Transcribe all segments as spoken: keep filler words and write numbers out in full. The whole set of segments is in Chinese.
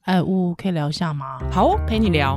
哎，呜，可以聊一下吗？ 好哦，陪你聊。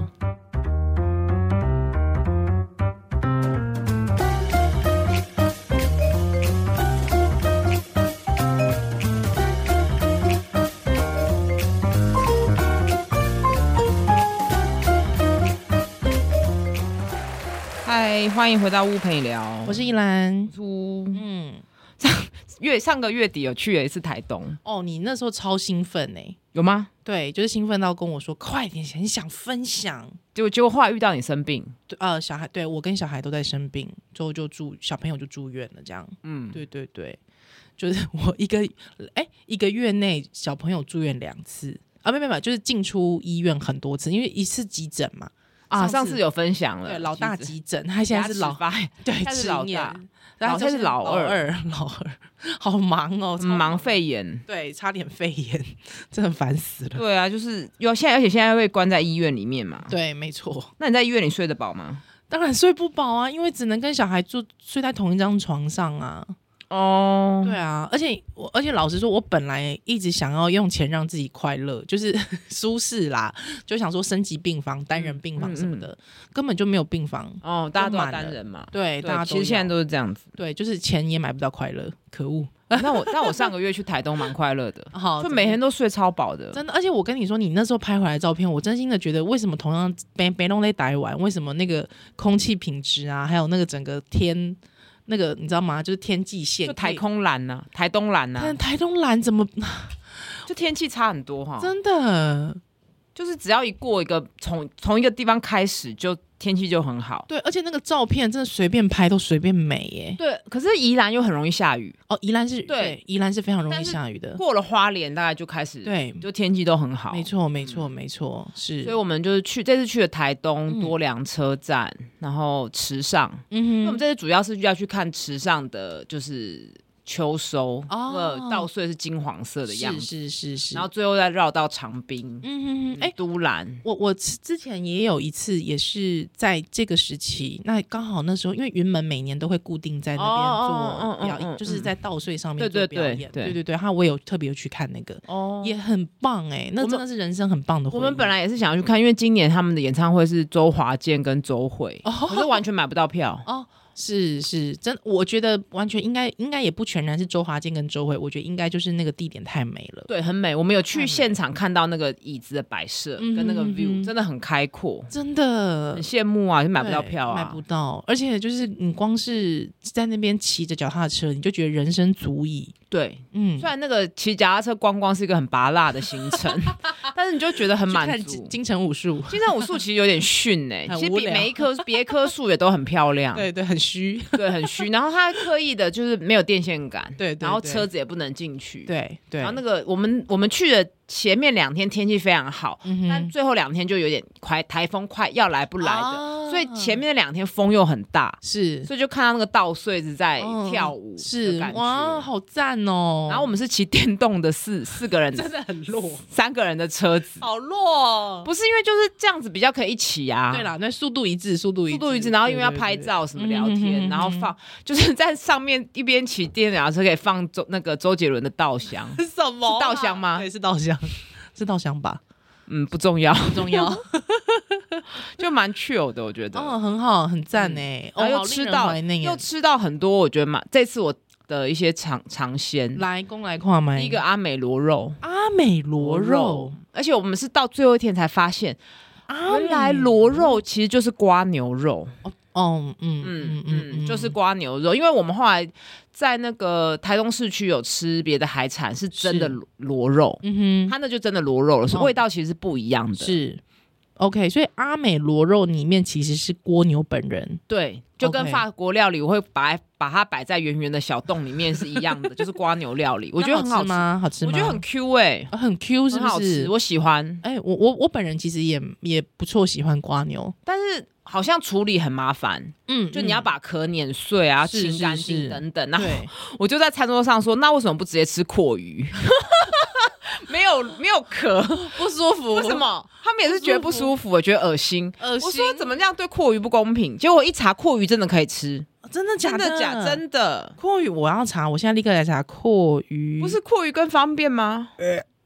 嗨，欢迎回到屋陪你聊， 我是依兰。 猪。 嗯， 上月上个月底有去了一次台东。 哦，你那时候超兴奋哎、欸， 有吗？ 对，就是兴奋到跟我说快点，很想分享。 结果结果后来遇到你生病， 对，呃，小孩，对我跟小孩都在生病，之后就住小朋友就住院了，这样。 嗯， 对对对，就是我一个哎一个月内小朋友住院两次啊，没没没，就是进出医院很多次，因为一次急诊嘛。 啊，上次有分享了， 对，老大急诊，他现在是老对， 他是老大， 然后他是老二， 老二，老二，好忙哦， 忙肺炎， 对，差点肺炎，真的烦死了。 对啊，就是有现在，而且现在会关在医院里面嘛。 对，没错。 那你在医院里睡得饱吗？ 当然睡不饱啊，因为只能跟小孩住睡在同一张床上啊。 哦， 对啊，而且我，而且老实说，我本来一直想要用钱让自己快乐，就是舒适啦，就想说升级病房、单人病房什么的，嗯嗯、根本就没有病房哦，大家都要单人嘛， 对， 对大家其实现在都是这样子， 对，就是钱也买不到快乐，可恶。 那我那我上个月去台东蛮快乐的， 好， 就每天都睡超饱的， 真的。而且我跟你说，你那时候拍回来的照片，我真心的觉得，为什么同样北北东在台湾，为什么那个空气品质啊，还有那个整个天。那个你知道吗？就是天际线， 就台空蓝呐、啊，台东蓝呐、啊。 但台东蓝怎么就天气差很多哈？ 真的， 就是只要一过一个从从一个地方开始，就天气就很好。 对，而且那个照片真的随便拍都随便美耶。 对，可是宜兰又很容易下雨哦，宜兰是 对, 对， 宜兰是非常容易下雨的。 过了花莲大概就开始， 对， 就天气都很好。 没错，没错，没错，是。 所以我们就是去这次去了台东、嗯、多良车站，然后池上。嗯哼，因为我们这次主要是要去看池上的，就是秋收，那个稻穗是金黄色的样子， 是是是是， 然后最后再绕到长滨， 嗯哼哼，哎、欸， 都兰， 我我之前也有一次，也是在这个时期，那刚好那时候，因为云门每年都会固定在那边做表演，哦哦哦哦、就是在稻穗上面做表演，对对 对, 对, 对, 对，他我有特别去看那个，哦，也很棒哎、欸，那真的是人生很棒的回忆。 我们本来也是想要去看，因为今年他们的演唱会是周华健跟周蕙，哦、可是完全买不到票哦。 是是真，我觉得完全应该应该也不全然是周华健跟周蕙，我觉得应该就是那个地点太美了， 对，很美。我们有去现场看到那个椅子的摆设跟那个 view，、嗯、真的很开阔， 真的很羡慕啊，就买不到票啊， 买不到。而且就是你光是在那边骑着脚踏车，你就觉得人生足矣。 对，嗯，虽然那个骑脚踏车观光是一个很拔辣的行程，但是你就觉得很满足。 金城武术， 金城武术其实有点逊哎、欸，其实比每一棵别棵树也都很漂亮， 对对，很虚， 对，很虚。然后他刻意的就是没有电线杆， 对, 对, 对， 然后车子也不能进去， 对对。 然后那个我们我们去的前面两天天气非常好，嗯、但最后两天就有点快，台风快要来不来的。啊，所以前面的两天风又很大， 是， 所以就看到那个稻穗子在跳舞的感觉， 是哇，好赞哦！ 然后我们是骑电动的四四个人， 真的很弱， 三个人的车子， 好弱。 不是因为就是这样子比较可以一起啊， 对啦，那速度一致，速度一致， 速度一致。然后因为要拍照什么聊天，对对对，然后放就是在上面一边骑电动车可以放周那个周杰伦的稻香， 什么、啊？ 是稻香吗？ 对，是稻香。是稻香吧？ 嗯，不重要， 不重要， 就蛮 chill 的，我觉得。 哦，很好，很赞哎、嗯！ 然后又吃到，又吃到很多，我觉得蛮。这次我的一些尝尝鲜， 来公来看麦。 第一个阿美螺肉， 阿美螺肉， 而且我们是到最后一天才发现，原来螺肉其实就是瓜牛肉。哦哦，嗯嗯嗯嗯，就是瓜牛肉，因为我们后来在那个台东市区有吃别的海产，是真的螺肉，嗯哼，它那就真的螺肉了，所以味道其实是不一样的。 是 ，OK， 所以阿美螺肉里面其实是蜗牛本人， 对，就跟法国料理我会把把它摆在圆圆的小洞里面是一样的，就是瓜牛料理，我觉得很好吃吗？好吃吗？ 我觉得很 Q 哎、欸， 很 Q 是不是？ 很好吃，我喜欢。 哎、欸，我我我本人其实也也不错，喜欢瓜牛， 但是。好像处理很麻烦，嗯，就你要把壳碾碎啊，清干净等等。然后我就在餐桌上说，那为什么不直接吃蛞蝓？没有没有壳， 不舒服。 为什么？他们也是觉得不舒服，我觉得恶心。 恶心。 我说怎么这样对蛞蝓不公平？结果一查，蛞蝓真的可以吃。 真的假的？ 真的假？真的。 蛞蝓我要查，我现在立刻来查蛞蝓。 不是蛞蝓更方便吗？呃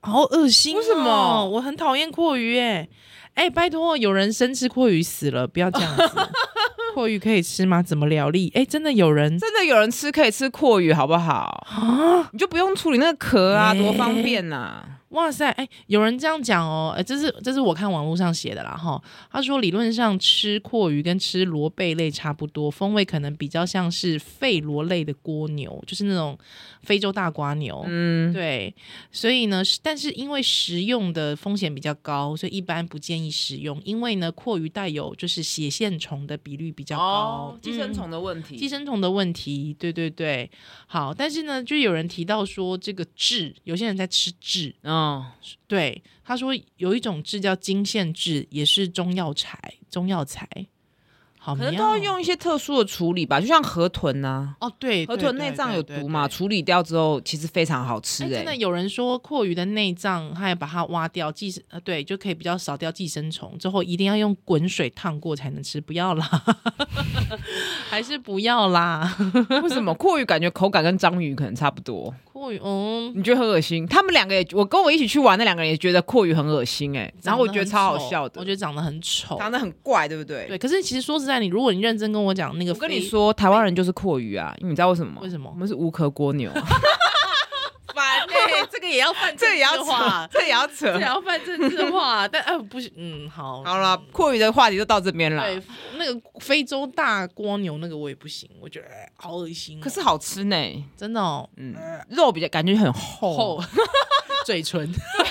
好恶心、哦！ 为什么？ 我很讨厌蛞蝓哎！哎，拜托，有人生吃蛞蝓死了，不要这样子。蛞蝓可以吃吗？怎么疗力？哎，真的有人真的有人吃可以吃蛞蝓，好不好？啊，你就不用处理那个壳啊，多方便啊！ 哇塞，哎，有人这样讲哦，哎，这是这是我看网络上写的啦哈。他说理论上吃蛞蝓跟吃螺贝类差不多，风味可能比较像是肺螺类的蜗牛，就是那种非洲大蜗牛。嗯，对，所以呢，但是因为食用的风险比较高，所以一般不建议食用。因为呢，蛞蝓带有就是血线虫的比率比较高， 哦、寄生虫的问题， 寄生虫的问题，对对对。好，但是呢，就有人提到说这个蛭，有些人在吃蛭。嗯哦，对，他说有一种蛭叫金线蛭，也是中药材，中药材，好， 可能都要用一些特殊的处理吧，就像河豚啊， 哦，对， 河豚内脏有毒嘛，处理掉之后其实非常好吃、欸。 真的有人说蛞蝓的内脏，他也把它挖掉，寄呃，对，就可以比较少掉寄生虫，之后一定要用滚水烫过才能吃，不要啦，还是不要啦。 为什么？蛞蝓感觉口感跟章鱼可能差不多。 蛞蝓，嗯， 你觉得很恶心？他们两个也，我跟我一起去玩那两个人也觉得蛞蝓很恶心哎、欸，然后我觉得超好笑的， 我觉得长得很丑， 长得很怪，对不对？ 对，可是其实说实在，你如果你认真跟我讲那个， 我跟你说，台湾人就是蛞蝓啊，因为你知道为什么吗？ 为什么？ 我们是无壳蜗牛。 烦欸，这个也要犯政治化， 这也要扯， 这也要犯政治化。但哎、呃，不行，嗯，好， 好了，蛞蝓的话题就到这边了。 对，那个非洲大蜗牛那个我也不行，我觉得、哎、好恶心、哦。 可是好吃呢， 真的哦， 嗯，肉比较感觉很厚， 厚嘴唇。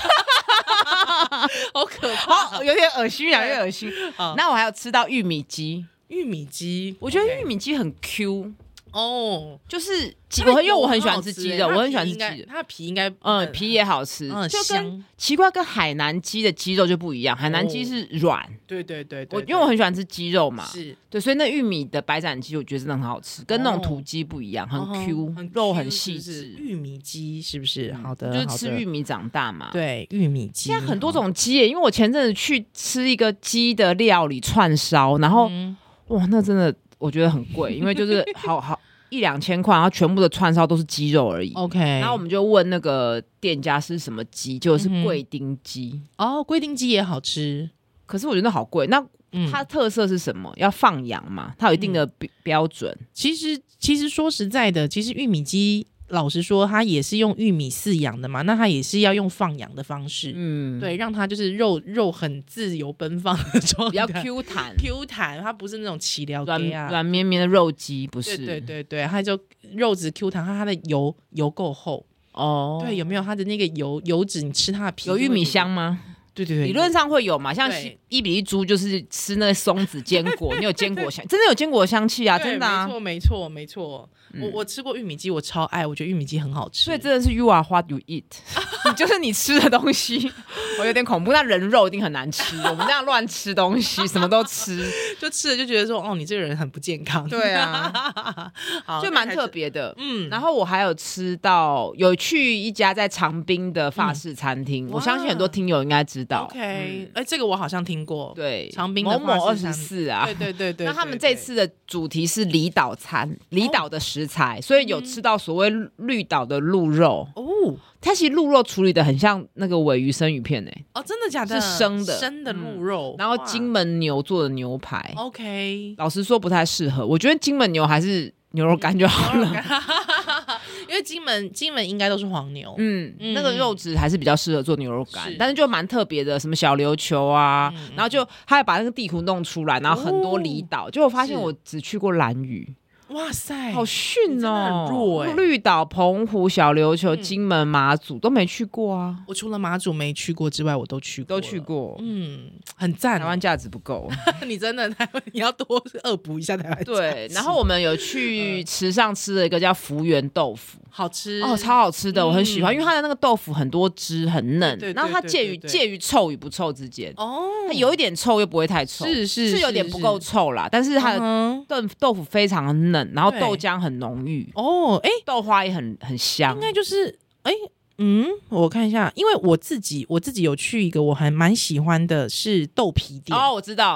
好可怕， 好有点恶心啊，有点恶心。那我还有吃到玉米鸡， 玉米鸡， 我觉得玉米鸡很 Q 哦， 就是我因为我很喜欢吃鸡肉，我很喜欢吃鸡肉， 它的皮应该嗯皮也好吃， 嗯， 就跟奇怪跟海南鸡的鸡肉就不一样，海南鸡是软， 对对对对， 我因为我很喜欢吃鸡肉嘛， 是对，所以那玉米的白斩鸡我觉得真的很好吃，跟那种土鸡不一样，很 Q， 肉很细致。 玉米鸡是不是？好的， 就是吃玉米长大嘛。 对，玉米鸡现在很多种鸡耶，因为我前阵子去吃一个鸡的料理串烧，然后哇，那真的我觉得很贵，因为就是好好。一两千块，然后全部的串烧都是鸡肉而已。 OK， 然后我们就问那个店家是什么鸡，就是贵丁鸡。 嗯、哦，贵丁鸡也好吃， 可是我觉得好贵。那它特色是什么？要放养嘛，它有一定的标准。嗯、 其实，其实说实在的，其实玉米鸡。老实说，它也是用玉米饲养的嘛，那它也是要用放养的方式，嗯，对，让它就是肉肉很自由奔放的状态， 比较 Q 弹 Q 弹，它不是那种起疗软软绵绵的肉鸡，不是， 对对对对，它就肉质 Q 弹，它它的油油够厚哦，对，有没有它的那个油油脂？你吃它的皮有玉米香吗？ 对对对， 理论上会有嘛，像一比一猪就是吃那个松子坚果，你有坚果香，真的有坚果香气啊，真的啊， 没错没错没错。我我吃过玉米鸡，我超爱，我觉得玉米鸡很好吃。 所以真的是 you are what you eat， 就是你吃的东西。我有点恐怖，那人肉一定很难吃。我们这样乱吃东西，什么都吃， 就吃了就觉得说，哦，你这个人很不健康。 对啊，就蛮特别的。嗯，然后我还有吃到有去一家在长滨的法式餐厅，嗯、我相信很多听友应该知道。 OK， 哎、嗯欸，这个我好像听过。 对， 长滨的某某二十四啊， 对对对 对, 对。 那他们这次的主题是离岛餐，离岛的食材，哦、所以有吃到所谓绿岛的鹿肉哦。它其实鹿肉处理的很像那个鲔鱼生鱼片诶、欸， 哦，真的假的？ 是生的生的鹿肉， 嗯、然后金门牛做的牛排 ，OK。 老实说不太适合，我觉得金门牛还是牛肉干就好了， 因为金门金门应该都是黄牛， 嗯，嗯那个肉质还是比较适合做牛肉干，是但是就蛮特别的，什么小琉球啊，嗯、然后就他还把那个地图弄出来，然后很多离岛，结果、哦、发现我只去过兰屿。 哇塞， 好逊哦！ 很弱欸、 绿岛、澎湖、小琉球、嗯、金门、马祖都没去过啊。 我除了马祖没去过之外，我都去过， 都去过。 嗯，很赞。 台湾价值不够， 你真的台湾你要多恶补一下台湾价值。 对，然后我们有去池上吃了一个叫福源豆腐， 好吃哦，超好吃的，嗯、我很喜欢，因为它的那个豆腐很多汁，很嫩， 对对对对对对， 然后它介于介于臭与不臭之间。哦，它有一点臭又不会太臭， 是是是, 是有点不够臭啦，但是它的豆豆腐非常的嫩，然后豆浆很浓郁哦，哎，豆花也很很香， 应该就是哎，嗯，我看一下，因为我自己我自己有去一个我还蛮喜欢的是豆皮店哦，我知道。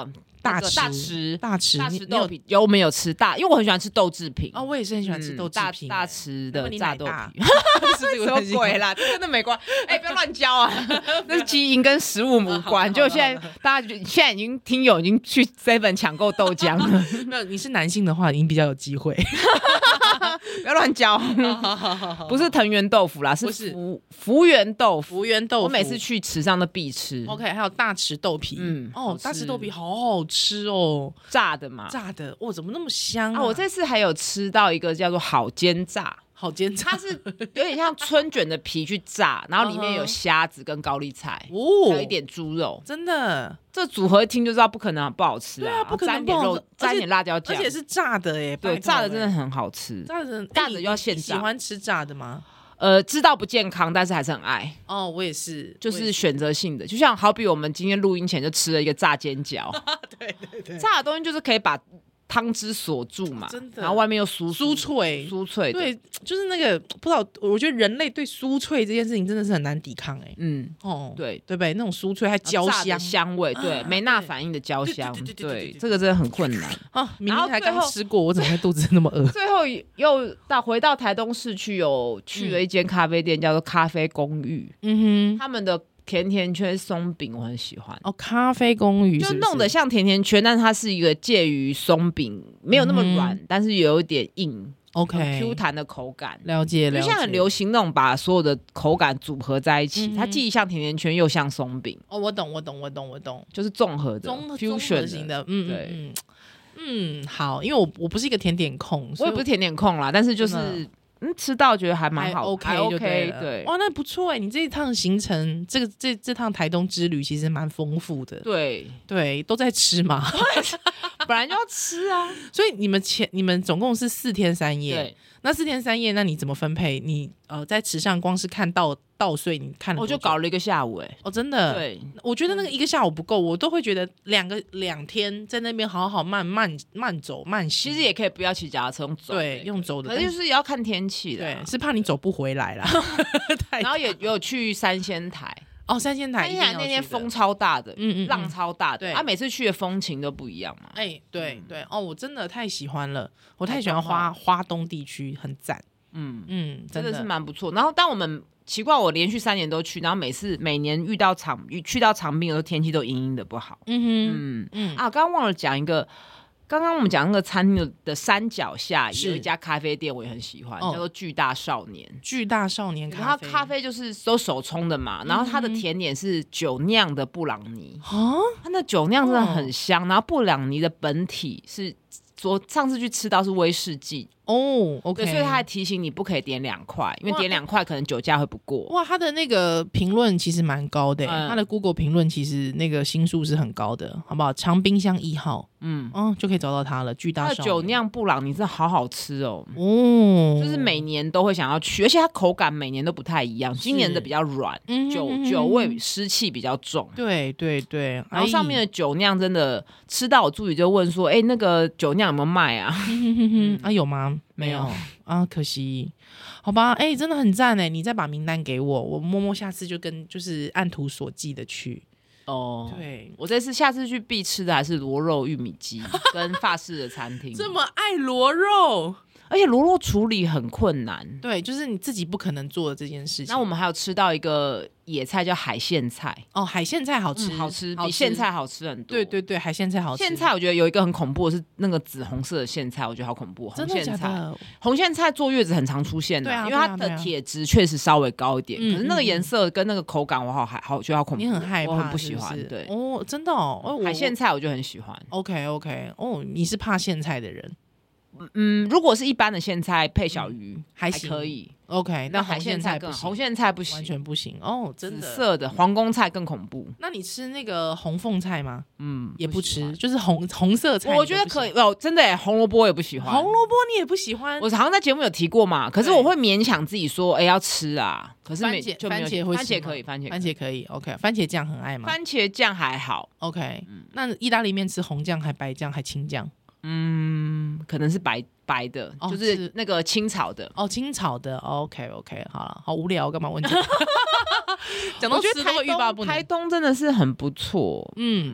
大池大池大池大池豆皮有我们有吃大，因为我很喜欢吃豆制品哦，我也是很喜欢吃豆制品、 嗯、大大池的炸豆皮， 是什么鬼啦？真的没关，哎、欸，不要乱教啊，那是基因跟食物无关。就现在大家现在已经听友已经去 seven 抢购豆浆了。 没有，你是男性的话，你比较有机会。 不要乱教，不是藤原豆腐啦，是福福原豆腐。 福原豆腐， 我每次去池上都必吃。 OK， 还有大池豆皮，嗯，哦，大池豆皮好好吃哦， 炸的嘛， 炸的，哇，怎么那么香 啊, 啊？我这次还有吃到一个叫做好煎炸。 好煎炸， 它是有点像春卷的皮去炸，然后里面有虾子跟高丽菜，哦，还有一点猪肉， 真的， 这组合一听就知道不可能不好吃啊！ 对啊，不可能沾一点肉，沾一点辣椒酱， 而且是炸的哎， 对，炸的真的很好吃， 炸的炸的就要现炸。 喜欢吃炸的吗？ 呃，知道不健康，但是还是很爱。 哦，我也是， 就是选择性的，就像好比我们今天录音前就吃了一个炸煎饺， 对对对， 炸的东西就是可以把汤汁锁住嘛， 真的， 然后外面又酥酥脆酥脆的， 对，就是那个不知道，我觉得人类对酥脆这件事情真的是很难抵抗哎、欸， 嗯， 哦， 对对不对？那种酥脆还焦香香味，对，啊、梅纳反应的焦香，对，这个真的很困难啊。明明才刚吃过，我怎么会肚子那么饿？ 最后又到回到台东市区，有去了一间咖啡店，嗯、叫做咖啡公寓，嗯哼，他们的甜甜圈松饼我很喜欢哦，咖啡公寓是不是就弄得像甜甜圈，但它是一个介于松饼没有那么软、嗯，但是有一点硬 ，OK Q 弹的口感。 了解了解。 就像很流行那种把所有的口感组合在一起，嗯、它既像甜甜圈又像松饼。 哦，我懂我懂我懂我懂， 就是综合的综合型的，嗯对嗯嗯好，因为我我不是一个甜点控， 我也不是甜点控啦，但是就是。嗯，吃到觉得还蛮好 ，OK 就对了。对，哇，那不错哎！你这一趟行程，这个这这趟台东之旅其实蛮丰富的。 对对，都在吃嘛， 本来就要吃啊。 所以你们前你们总共是四天三夜。 对， 那四天三夜，那你怎么分配？你呃，在池上光是看稻稻穗，你看了我就搞了一个下午哎、欸。 哦，真的。 对， 我觉得那个一个下午不够，我都会觉得两个两天在那边好好慢慢慢走慢行。 其实也可以不要骑脚踏车，用走。 对，用走的。 可是就是也要看天气的。 对，是怕你走不回来啦。 然后也有去三仙台。 哦，三仙台， 三仙台那天风超大的，嗯嗯，浪超大的， 对， 他、啊、每次去的风情都不一样嘛。 哎、欸，对、嗯、对，哦，我真的太喜欢了，我太喜欢花花东地区，很赞，嗯嗯， 真的是蛮不错。然后当我们奇怪，我连续三年都去，然后每次每年遇到长去到长滨的时候，天气都阴阴的不好。嗯哼，嗯嗯啊，刚刚忘了讲一个。刚刚我们讲那个餐厅的山脚下有一家咖啡店，我也很喜欢，叫做巨大少年。 巨大少年咖啡， 然后咖啡就是都手冲的嘛，然后它的甜点是酒酿的布朗尼。哦，它那酒酿真的很香，然后布朗尼的本体是昨上次去吃到是威士忌。 哦 ，OK， 所以他还提醒你不可以点两块，因为点两块可能酒价会不过。 哇，他的那个评论其实蛮高的、嗯，他的 Google 评论其实那个星数是很高的，好不好？长滨乡一号，嗯嗯，就可以找到他了。巨大少年， 他的酒酿布朗尼真的好好吃哦，哦，就是每年都会想要去，而且它口感每年都不太一样。今年的比较软，酒酒味湿气比较重， 对对对。 然后上面的酒酿真的吃到我助理就问说：“哎、欸，那个酒酿有没有卖啊？” 啊，有吗？没有啊，可惜，好吧，哎、欸，真的很赞哎！你再把名单给我，我默默下次就跟就是按图索骥的去。哦，对， 我这次下次去必吃的还是螺肉玉米鸡跟法式的餐厅。 这么爱螺肉， 而且螺肉处理很困难， 对，就是你自己不可能做的这件事情。 那我们还有吃到一个野菜叫海鲜菜哦，海鲜菜好吃， 嗯、好吃，比苋菜好吃很多。 对对对，海鲜菜好吃。 苋菜我觉得有一个很恐怖的是那个紫红色的苋菜，我觉得好恐怖。 真的假的？红苋菜坐月子很常出现的、啊，因为它的铁质确实稍微高一点，啊啊啊、可是那个颜色跟那个口感我好好好觉得好恐怖， 你很害怕， 我很不喜欢。 是是对哦，真的哦，哦海鲜菜我就很喜欢。 OK OK， 哦，你是怕苋菜的人。 嗯，如果是一般的苋菜配小鱼、嗯、还可以 ，OK， 那海鲜菜更红苋菜不行， 完全不行哦，真的。 紫色的皇宫菜更恐怖。 那你吃那个红凤菜吗？嗯，也不吃，不就是红红色菜。 我觉得可以哦，真的耶，红萝卜我也不喜欢。 红萝卜你也不喜欢？ 我好像在节目有提过嘛，可是我会勉强自己说，哎、欸，要吃啊。可是番茄就没有番茄会番茄可以，番茄番茄可以 ，OK， 番茄酱很爱吗？ 番茄酱还好 ，OK，、嗯、那意大利面吃红酱还白酱还青酱？ 嗯，可能是白白的、哦，就是那个清炒的哦，清炒的 ，OK OK， 好了，好无聊，干嘛问这个？讲到吃都会欲罢不能。 台东真的是很不错， 嗯，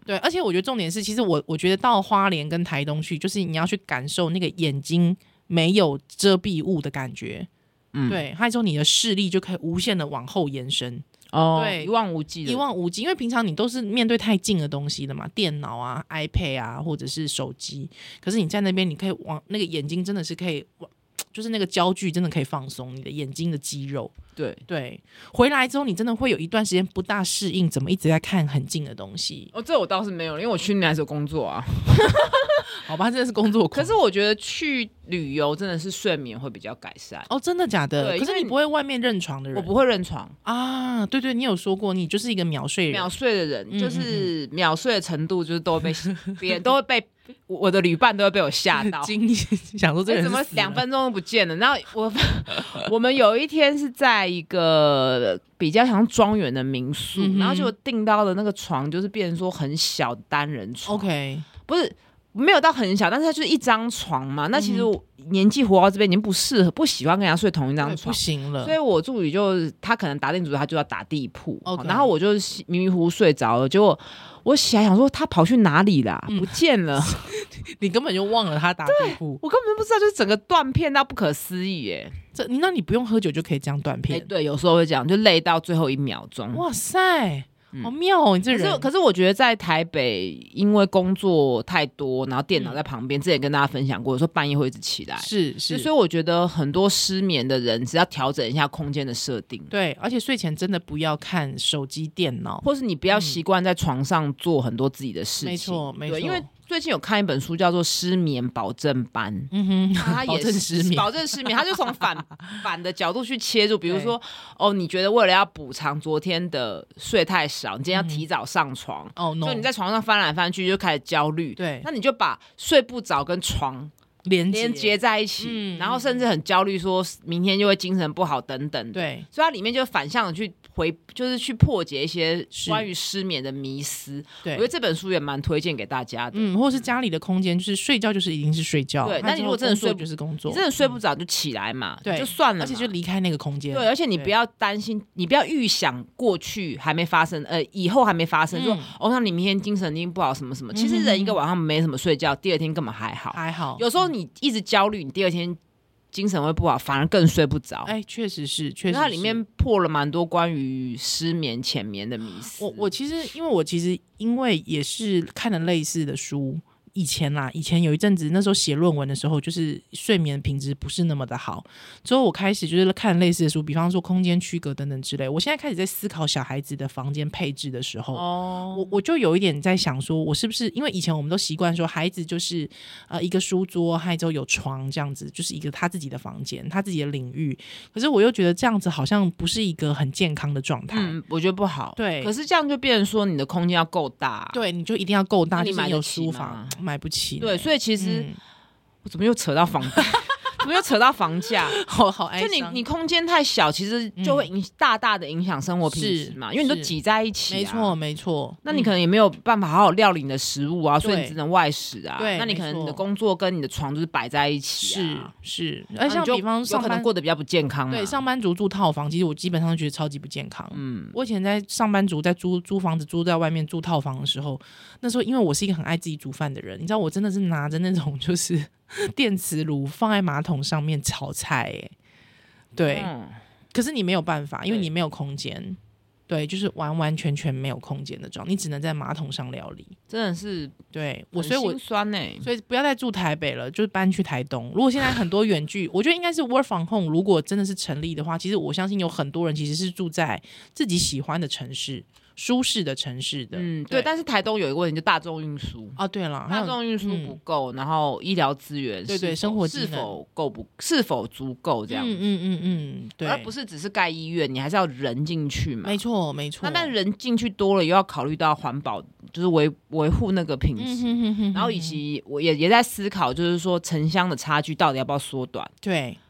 对，而且我觉得重点是，其实我我觉得到花莲跟台东去，就是你要去感受那个眼睛没有遮蔽物的感觉。嗯，对，还有之后你的视力就可以无限的往后延伸。 哦， 对， 一望无际的， 一望无际，因为平常你都是面对太近的东西的嘛，电脑啊、iPad 啊，或者是手机。可是你在那边，你可以往那个眼睛真的是可以，就是那个焦距真的可以放松你的眼睛的肌肉。 对对，回来之后你真的会有一段时间不大适应，怎么一直在看很近的东西。 哦，这我倒是没有，因为我去年还是有工作啊。 好吧，真的是工作狂。 可是我觉得去旅游真的是睡眠会比较改善。 哦，真的假的？ 对， 可是你不会外面认床的人。 我不会认床啊。对对，你有说过，你就是一个秒睡人。 秒睡的人，就是秒睡的程度，就是都会被别人都会被我的旅伴都会被我吓到， 惊想说这人怎么两分钟都不见了。然后我我们有一天是在一个比较像庄园的民宿，嗯、然后就订到的那个床就是变成说很小的单人床。 OK， 不是。没有到很小，但是它就是一张床嘛。那其实我年纪活到这边已经不适合、不喜欢跟人家睡同一张床， 不行了。 所以我助理就他可能打定主意，他就要打地铺。 Okay. 然后我就迷迷糊糊睡着了，结果我起来想说他跑去哪里啦？嗯、不见了。 你根本就忘了他打地铺， 我根本不知道，就是整个断片到不可思议耶！ 这你那你不用喝酒就可以这样断片？ 欸、对，有时候会这样，就累到最后一秒钟。 哇塞！好妙哦，你这人。 可是，可是我觉得在台北，因为工作太多，然后电脑在旁边，嗯、之前跟大家分享过，有时候半夜会一直起来， 是是， 所以我觉得很多失眠的人，只要调整一下空间的设定， 对，而且睡前真的不要看手机、电脑， 或是你不要习惯在床上做很多自己的事情， 没错、嗯，没错， 因为。最近有看一本书叫做《失眠保证班》， 嗯哼， 他也保证失眠， 保证失眠，他就从反反的角度去切入，比如说，哦，你觉得为了要补偿昨天的睡太少，你今天要提早上床，哦、嗯，所以你在床上翻来翻去就开始焦虑， 对， 那你就把睡不着跟床连连接在一起、嗯，然后甚至很焦虑，说明天就会精神不好等等， 对， 所以它里面就反向的去回，就是去破解一些关于失眠的迷思。对，我觉得这本书也蛮推荐给大家的。 嗯，或者是家里的空间，就是睡觉就是一定是睡觉， 对。那你如果真的睡就是工作， 你真的睡不着就起来嘛，对、嗯，就算了， 而且就离开那个空间。 对，而且你不要担心，你不要预想过去还没发生，呃，以后还没发生，嗯、说哦，那你明天精神一定不好什么什么。其实人一个晚上没什么睡觉，第二天根本还好， 还好。 有时候你一直焦虑，你第二天精神会不好，反而更睡不着。 哎，确实是，确实是。 它里面破了蛮多关于失眠、浅眠的迷思。 我我其实，因为我其实因为也是看了类似的书。以前啦，以前有一阵子，那时候写论文的时候，就是睡眠品质不是那么的好。之后我开始就是看类似的书，比方说空间区隔等等之类。我现在开始在思考小孩子的房间配置的时候，哦，我我就有一点在想说，我是不是因为以前我们都习惯说，孩子就是呃一个书桌，还有有床这样子，就是一个他自己的房间，他自己的领域。可是我又觉得这样子好像不是一个很健康的状态， 嗯，我觉得不好。 对， 可是这样就变成说你的空间要够大， 对，你就一定要够大， 你买有书房。买不起， 对，所以其实、嗯、我怎么又扯到房价？怎么又扯到房价？ 好好哀伤。 就你你空间太小，其实就会影、嗯、大大的影响生活品质嘛，因为你都挤在一起、啊。 没错没错。 那你可能也没有办法好好料理你的食物啊，所以你只能外食啊。 对， 那你可能你的工作跟你的床就是摆在一起啊。是是，而像比方上班有可能过得比较不健康嘛。 对，上班族住套房，其实我基本上觉得超级不健康。嗯，我以前在上班族在租租房子租在外面住套房的时候，那时候因为我是一个很爱自己煮饭的人，你知道我真的是拿着那种就是电磁炉放在马桶上面炒菜、欸，对、嗯，可是你没有办法，因为你没有空间，对，就是完完全全没有空间的状态，你只能在马桶上料理， 真的是对我，所以我心酸呢、欸， 所以不要再住台北了，就是搬去台东。如果现在很多远距，我觉得应该是 work from home， 如果真的是成立的话，其实我相信有很多人其实是住在自己喜欢的城市。舒适的城市的， 嗯，对，但是台东有一个问题，就大众运输啊，对了， 大众运输不够、嗯，然后医疗资源， 对对，生活是否够不，是否足够这样， 嗯嗯嗯嗯，对， 而不是只是盖医院，你还是要人进去嘛， 没错没错。 那但人进去多了，又要考虑到环保，就是维维护那个品质、嗯哼哼哼哼，然后以及我也也在思考，就是说城乡的差距到底要不要缩短， 对。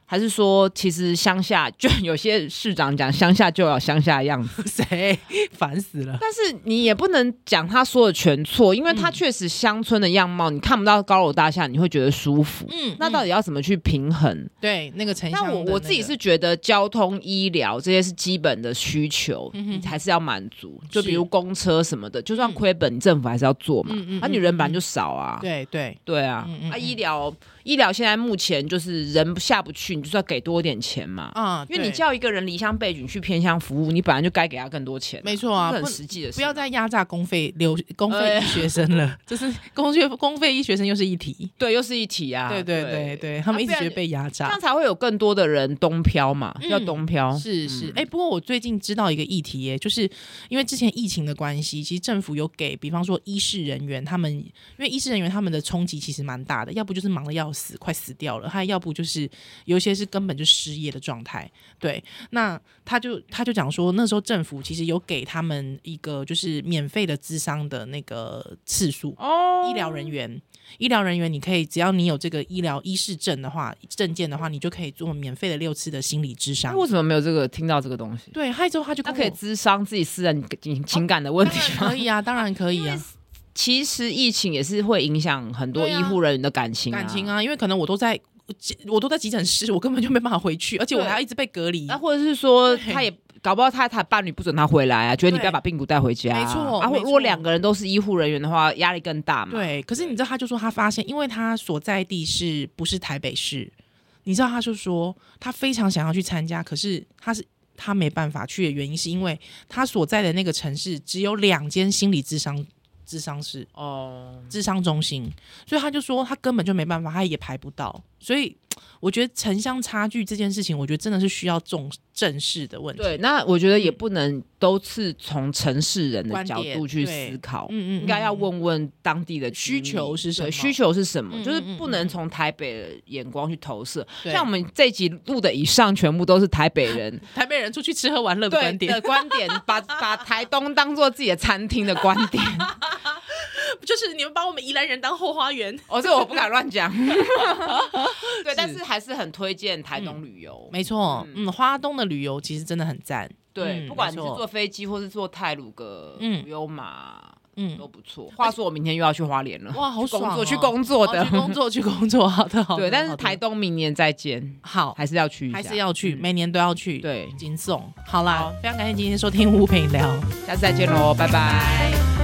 还是说其实乡下就有些市长讲乡下就要乡下的样子？ 谁烦死了？ 但是你也不能讲他说的全错，因为他确实乡村的样貌，你看不到高楼大厦，你会觉得舒服。嗯，那到底要怎么去平衡？ 对，那个城乡、 那我我自己是觉得交通、医疗这些是基本的需求，嗯、你还是要满足。就比如公车什么的，就算亏本，政府还是要做嘛。嗯嗯，啊，你人本来就少啊。 对对对啊，嗯嗯嗯啊，医疗。医疗现在目前就是人下不去，你就是要给多一点钱嘛。啊、嗯，因为你叫一个人离乡背井去偏乡服务，你本来就该给他更多钱、啊。 没错啊， 很实际的事。 不要再压榨公费留公费医学生了，这是公费公费医学生又是一题。 对，又是一题啊。 对对对对，他们一直觉得被压榨， 这样才会有更多的人东漂嘛，嗯、要东漂。 是是，哎、嗯欸，不过我最近知道一个议题耶，就是因为之前疫情的关系，其实政府有给，比方说医事人员他们，因为医事人员他们的冲击其实蛮大的，要不就是忙得要死，快死掉了。他要不就是有一些是根本就失业的状态，对，那他就他就讲说，那时候政府其实有给他们一个就是免费的咨商的那个次数哦，医疗人员，医疗人员你可以只要你有这个医疗医事证的话，证件的话，你就可以做免费的六次的心理咨商。 为什么没有这个听到这个东西？ 对，还之后他就跟他可以咨商自己私人情感的问题吗？ 哦、可以啊，当然可以啊。 其实疫情也是会影响很多医护人员的感情、啊、 感情啊，因为可能我都在我都在急诊室，我根本就没办法回去，而且我还要一直被隔离。 那、啊、或者是说，他也搞不好他他伴侣不准他回来啊，觉得你不要把病毒带回家、啊。 没错。 啊，如果两个人都是医护人员的话，压力更大嘛。 对。可是你知道，他就说他发现，因为他所在地是不是台北市？你知道，他就说他非常想要去参加，可是他是他没办法去的原因，是因为他所在的那个城市只有两间心理咨商。諮商室哦，諮商中心，所以他就说他根本就没办法，他也排不到，所以我觉得城乡差距这件事情，我觉得真的是需要重正视的问题。 对，那我觉得也不能都是从城市人的角度去思考，嗯嗯，应该要问问当地的需求是什么， 需求是什么，嗯、就是不能从台北的眼光去投射。像我们这一集录的以上全部都是台北人， 台北人出去吃喝玩乐的观点的观点，把把台东当做自己的餐厅的观点。 就是你们把我们宜兰人当后花园， 哦，这我不敢乱讲。对，但是还是很推荐台东旅游。 嗯、没错，嗯，嗯，花东的旅游其实真的很赞。 对，嗯、不管你是坐飞机或是坐泰鲁阁、嗯，优马，嗯，都不错。话说我明天又要去花莲了， 哇，好爽、哦！ 去工作的， 哦、去工作，去工作。好的，好的。 对，但是台东明年再见。 好， 还是要去一下， 还是要去，每年都要去。 对， 金颂。好啦，好，非常感谢今天收听五五陪你聊， 下次再见喽，拜拜。